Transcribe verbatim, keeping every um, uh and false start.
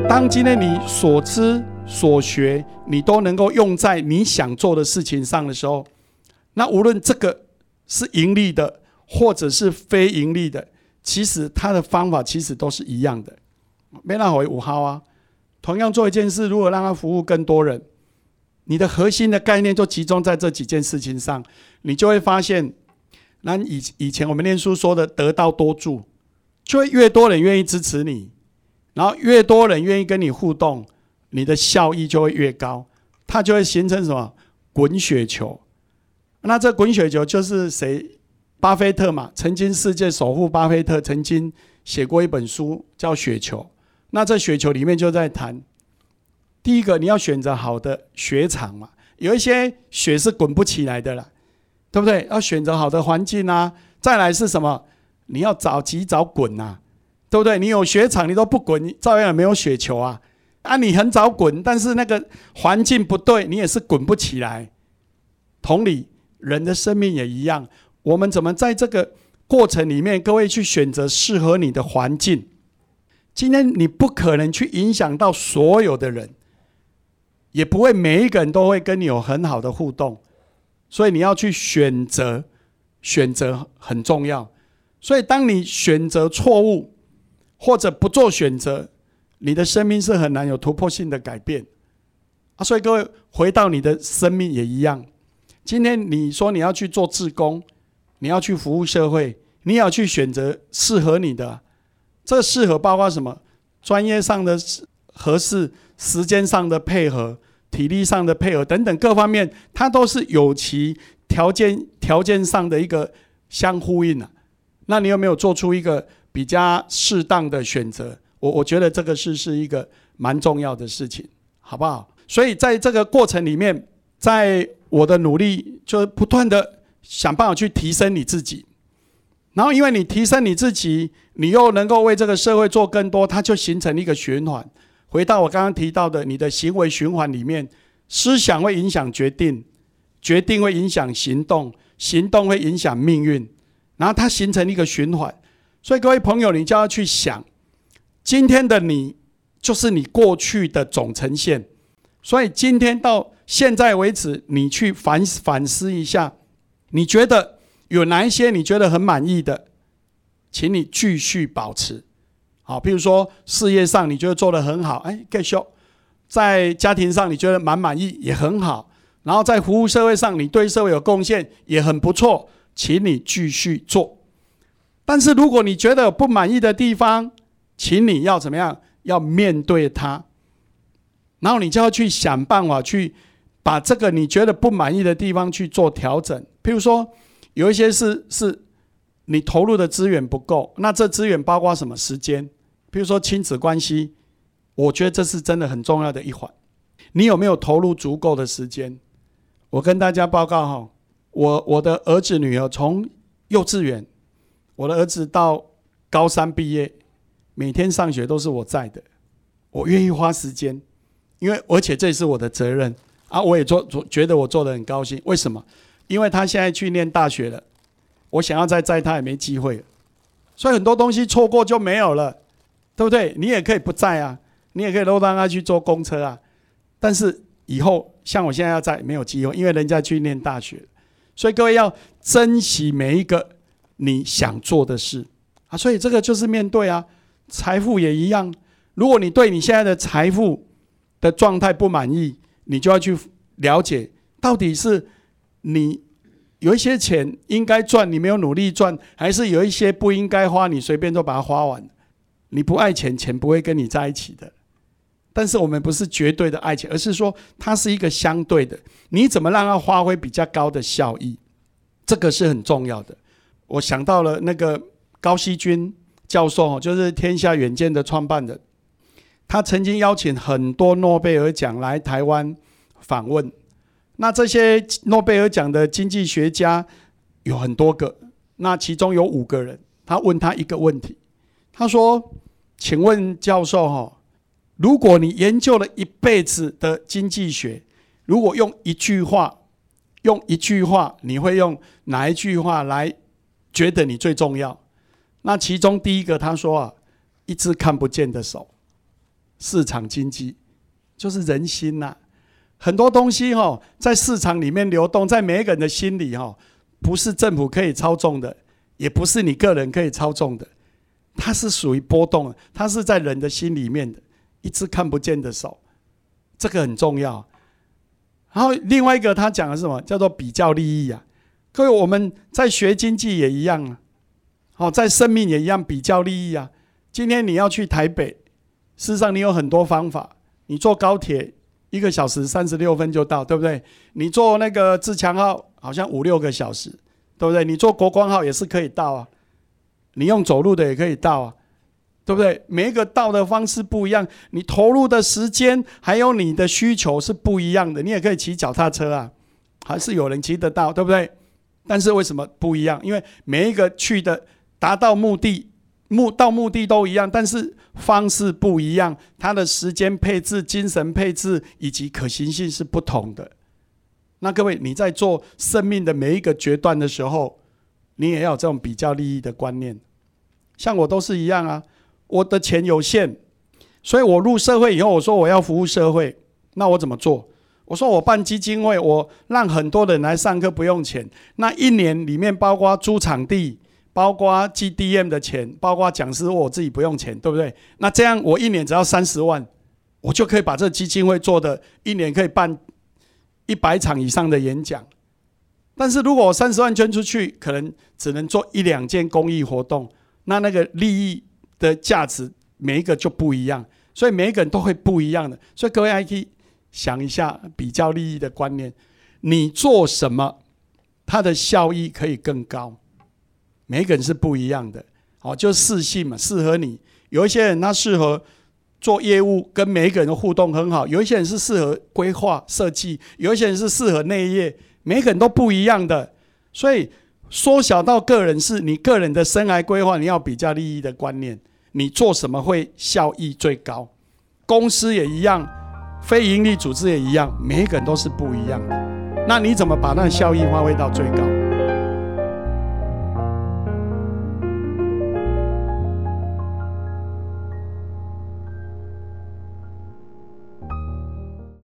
当今天你所知所学，你都能够用在你想做的事情上的时候，那无论这个是盈利的，或者是非盈利的，其实它的方法其实都是一样的。没那回五号啊，同样做一件事，如果让它服务更多人，你的核心的概念就集中在这几件事情上，你就会发现，那以以前我们念书说的得道多助，就会越多人愿意支持你，然后越多人愿意跟你互动，你的效益就会越高，它就会形成什么滚雪球。那这滚雪球就是谁？巴菲特嘛，曾经世界首富巴菲特曾经写过一本书叫《雪球》。那这雪球里面就在谈，第一个你要选择好的雪场嘛，有一些雪是滚不起来的啦，对不对？要选择好的环境啊。再来是什么？你要早及早滚啊，对不对？你有雪场你都不滚，你照样没有雪球啊。啊，你很早滚，但是那个环境不对，你也是滚不起来。同理，人的生命也一样，我们怎么在这个过程里面，各位去选择适合你的环境？今天你不可能去影响到所有的人，也不会每一个人都会跟你有很好的互动，所以你要去选择，选择很重要。所以当你选择错误或者不做选择，你的生命是很难有突破性的改变啊。所以各位回到你的生命也一样，今天你说你要去做志工，你要去服务社会，你也要去选择适合你的。这个适合包括什么？专业上的合适，时间上的配合，体力上的配合等等各方面，它都是有其条件条件上的一个相呼应啊。那你有没有做出一个比较适当的选择？我我觉得这个是是一个蛮重要的事情，好不好？所以在这个过程里面，在我的努力，就不断的想办法去提升你自己。然后因为你提升你自己，你又能够为这个社会做更多，它就形成一个循环。回到我刚刚提到的你的行为循环里面，思想会影响决定，决定会影响行动，行动会影响命运，然后它形成一个循环。所以各位朋友，你就要去想，今天的你就是你过去的总呈现。所以今天到现在为止，你去反反思一下，你觉得有哪一些你觉得很满意的，请你继续保持。好，譬如说事业上你觉得做得很好，哎，继续；在家庭上你觉得蛮满意，也很好；然后在服务社会上，你对社会有贡献，也很不错，请你继续做。但是如果你觉得有不满意的地方，请你要怎么样？要面对它，然后你就要去想办法去把这个你觉得不满意的地方去做调整。譬如说有一些是是你投入的资源不够，那这资源包括什么？时间，譬如说亲子关系，我觉得这是真的很重要的一环。你有没有投入足够的时间？我跟大家报告哈，我我的儿子女儿从幼稚园，我的儿子到高三毕业，每天上学都是我在的，我愿意花时间，因为而且这也是我的责任啊，我也做做觉得我做得很高兴。为什么？因为他现在去念大学了，我想要再载他也没机会了，所以很多东西错过就没有了，对不对？你也可以不载啊，你也可以都让他去坐公车啊，但是以后像我现在要载没有机会，因为人家去念大学。所以各位要珍惜每一个你想做的事啊，所以这个就是面对啊，财富也一样。如果你对你现在的财富的状态不满意，你就要去了解，到底是你有一些钱应该赚，你没有努力赚，还是有一些不应该花，你随便都把它花完。你不爱钱，钱不会跟你在一起的。但是我们不是绝对的爱钱，而是说它是一个相对的，你怎么让它发挥比较高的效益，这个是很重要的。我想到了那个高希均教授，就是天下远见的创办人，他曾经邀请很多诺贝尔奖来台湾访问。那这些诺贝尔奖的经济学家有很多个，那其中有五个人，他问他一个问题，他说：请问教授，如果你研究了一辈子的经济学，如果用一句话用一句话你会用哪一句话来觉得你最重要？那其中第一个他说啊，一只看不见的手。 市场经济，就是人心呐、啊。很多东西哈，在市场里面流动，在每一个人的心里哈，不是政府可以操纵的，也不是你个人可以操纵的，它是属于波动的，它是在人的心里面的一只看不见的手，这个很重要。然后另外一个他讲的是什么？叫做比较利益啊。各位，我们在学经济也一样啊，好，在生命也一样，比较利益啊。今天你要去台北，事实上你有很多方法，你坐高铁一个小时三十六分就到，对不对？你坐那个自强号好像五六个小时，对不对？你坐国光号也是可以到啊，你用走路的也可以到啊，对不对？每一个到的方式不一样，你投入的时间还有你的需求是不一样的。你也可以骑脚踏车啊，还是有人骑得到，对不对？但是为什么不一样？因为每一个去的达到目的目到目的都一样，但是方式不一样，它的时间配置、精神配置以及可行性是不同的。那各位，你在做生命的每一个决断的时候，你也要有这种比较利益的观念。像我都是一样啊，我的钱有限，所以我入社会以后，我说我要服务社会，那我怎么做？我说我办基金会，我让很多人来上课不用钱，那一年里面包括租场地，包括 G D M 的钱，包括讲师我自己不用钱，对不对？那这样我一年只要三十万，我就可以把这基金会做的一年可以办一百场以上的演讲。但是如果我三十万捐出去，可能只能做一两件公益活动，那那个利益的价值每一个就不一样，所以每一个人都会不一样的。所以各位还可以想一下比较利益的观念，你做什么，它的效益可以更高。每一个人是不一样的，好，就适性嘛，适合你。有一些人他适合做业务，跟每一个人的互动很好；有一些人是适合规划设计，有一些人是适合内业，每一个人都不一样的。所以缩小到个人，是你个人的生涯规划，你要比较利益的观念，你做什么会效益最高？公司也一样，非营利组织也一样，每一个人都是不一样的。那你怎么把那效益发挥到最高？